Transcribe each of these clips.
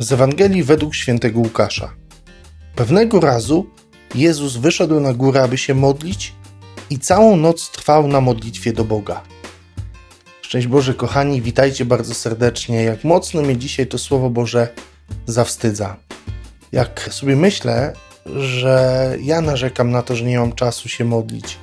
Z Ewangelii według świętego Łukasza. Pewnego razu Jezus wyszedł na górę, aby się modlić i całą noc trwał na modlitwie do Boga. Szczęść Boże, kochani, witajcie bardzo serdecznie. Jak mocno mnie dzisiaj to Słowo Boże zawstydza. Jak sobie myślę, że ja narzekam na to, że nie mam czasu się modlić,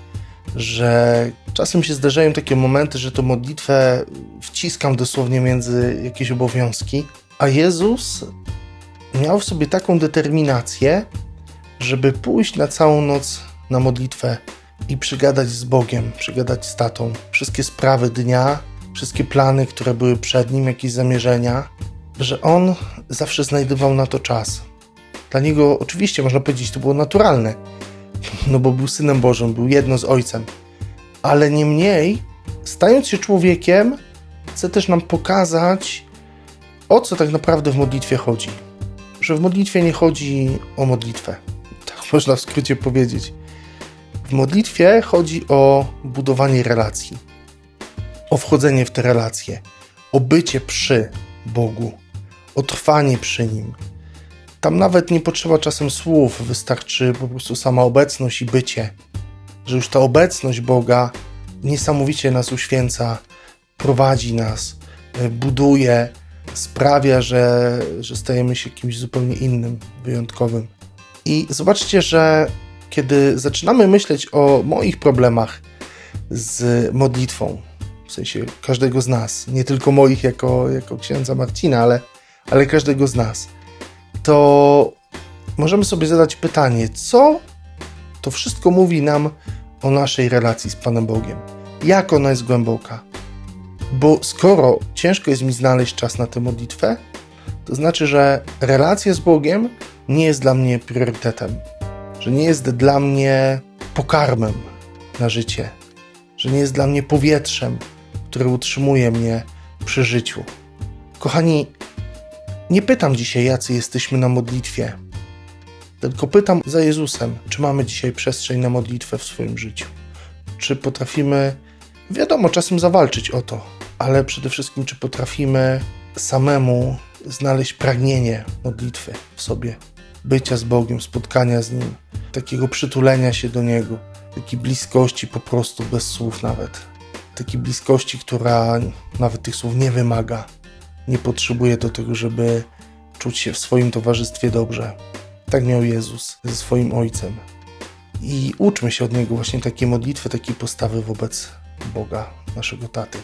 że czasem się zdarzają takie momenty, że tę modlitwę wciskam dosłownie między jakieś obowiązki, a Jezus miał w sobie taką determinację, żeby pójść na całą noc na modlitwę i przygadać z Bogiem, przygadać z tatą. Wszystkie sprawy dnia, wszystkie plany, które były przed nim, jakieś zamierzenia, że on zawsze znajdował na to czas. Dla niego oczywiście można powiedzieć, to było naturalne, no bo był Synem Bożym, był jedno z Ojcem. Ale niemniej, stając się człowiekiem, chce też nam pokazać, o co tak naprawdę w modlitwie chodzi. Że w modlitwie nie chodzi o modlitwę. Tak można w skrócie powiedzieć. W modlitwie chodzi o budowanie relacji. O wchodzenie w te relacje. O bycie przy Bogu. O trwanie przy Nim. Tam nawet nie potrzeba czasem słów, wystarczy po prostu sama obecność i bycie. Że już ta obecność Boga niesamowicie nas uświęca, prowadzi nas, buduje, sprawia, że stajemy się kimś zupełnie innym, wyjątkowym. I zobaczcie, że kiedy zaczynamy myśleć o moich problemach z modlitwą, w sensie każdego z nas, nie tylko moich jako księdza Marcina, ale każdego z nas, to możemy sobie zadać pytanie, co to wszystko mówi nam o naszej relacji z Panem Bogiem? Jak ona jest głęboka? Bo skoro ciężko jest mi znaleźć czas na tę modlitwę, to znaczy, że relacja z Bogiem nie jest dla mnie priorytetem, że nie jest dla mnie pokarmem na życie, że nie jest dla mnie powietrzem, które utrzymuje mnie przy życiu. Kochani, nie pytam dzisiaj, jacy jesteśmy na modlitwie, tylko pytam za Jezusem, czy mamy dzisiaj przestrzeń na modlitwę w swoim życiu. Czy potrafimy, wiadomo, czasem zawalczyć o to, ale przede wszystkim, czy potrafimy samemu znaleźć pragnienie modlitwy w sobie, bycia z Bogiem, spotkania z Nim, takiego przytulenia się do Niego, takiej bliskości po prostu bez słów nawet. Takiej bliskości, która nawet tych słów nie wymaga, nie potrzebuje do tego, żeby czuć się w swoim towarzystwie dobrze. Tak miał Jezus ze swoim Ojcem. I uczmy się od Niego właśnie takiej modlitwy, takiej postawy wobec Boga, naszego Taty.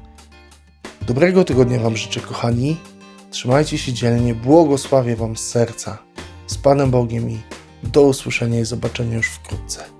Dobrego tygodnia Wam życzę, kochani. Trzymajcie się dzielnie, błogosławię Wam z serca. Z Panem Bogiem i do usłyszenia i zobaczenia już wkrótce.